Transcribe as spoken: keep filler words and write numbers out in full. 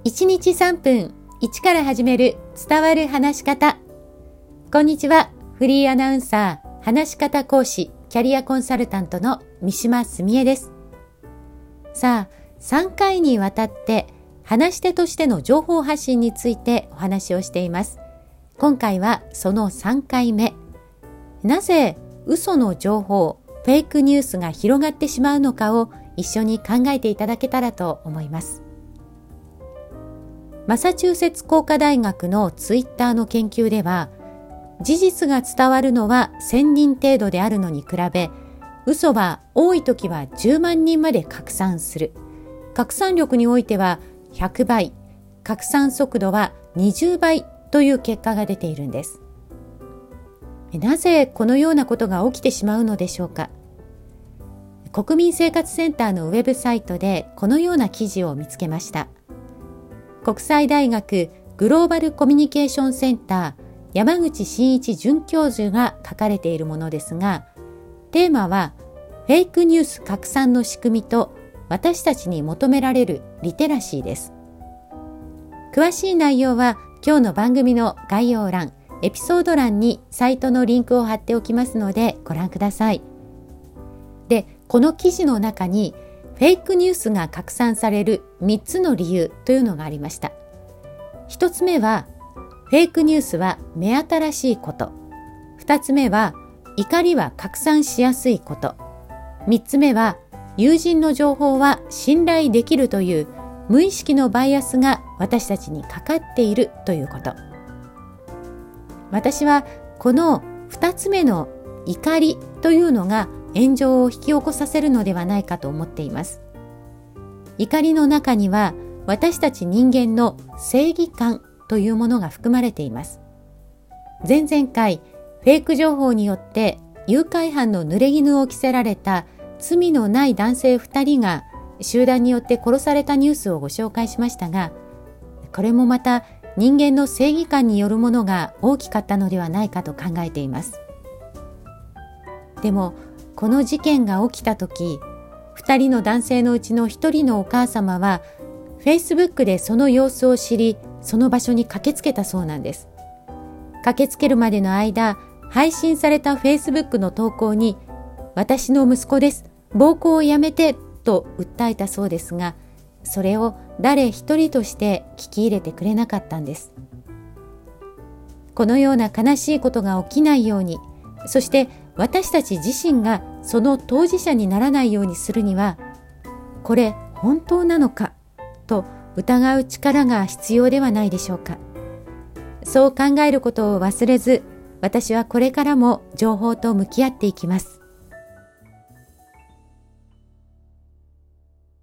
いちにちさんぷん、一から始める伝わる話し方。こんにちは。フリーアナウンサー、話し方講師、キャリアコンサルタントの三島澄江です。さあ、さんかいにわたって話し手としての情報発信についてお話をしています。今回はそのさんかいめ。なぜ嘘の情報、フェイクニュースが広がってしまうのかを一緒に考えていただけたらと思います。マサチューセッツ工科大学のツイッターの研究では、事実が伝わるのはせんにん程度であるのに比べ、嘘は多い時はじゅうまんにんまで拡散する。拡散力においてはひゃくばい、拡散速度はにじゅうばいという結果が出ているんです。なぜこのようなことが起きてしまうのでしょうか。国民生活センターのウェブサイトでこのような記事を見つけました。国際大学グローバルコミュニケーションセンター山口真一准教授が書かれているものですが、テーマはフェイクニュース拡散の仕組みと私たちに求められるリテラシーです。詳しい内容は今日の番組の概要欄、エピソード欄にサイトのリンクを貼っておきますのでご覧ください。で、この記事の中にフェイクニュースが拡散されるみっつの理由というのがありました。ひとつめは、フェイクニュースは目新しいこと。ふたつめは、怒りは拡散しやすいこと。みっつめは、友人の情報は信頼できるという無意識のバイアスが私たちにかかっているということ。私はこのふたつめの怒りというのが炎上を引き起こさせるのではないかと思っています。怒りの中には私たち人間の正義感というものが含まれています。前々回、フェイク情報によって誘拐犯の濡れ衣を着せられた罪のない男性ふたりが集団によって殺されたニュースをご紹介しましたが、これもまた人間の正義感によるものが大きかったのではないかと考えています。でも、この事件が起きたとき、二人の男性のうちの一人のお母様は、Facebook でその様子を知り、その場所に駆けつけたそうなんです。駆けつけるまでの間、配信された Facebook の投稿に、私の息子です、暴行をやめて、と訴えたそうですが、それを誰一人として聞き入れてくれなかったんです。このような悲しいことが起きないように、そして私たち自身がその当事者にならないようにするには、これ本当なのかと疑う力が必要ではないでしょうか。そう考えることを忘れず、私はこれからも情報と向き合っていきます。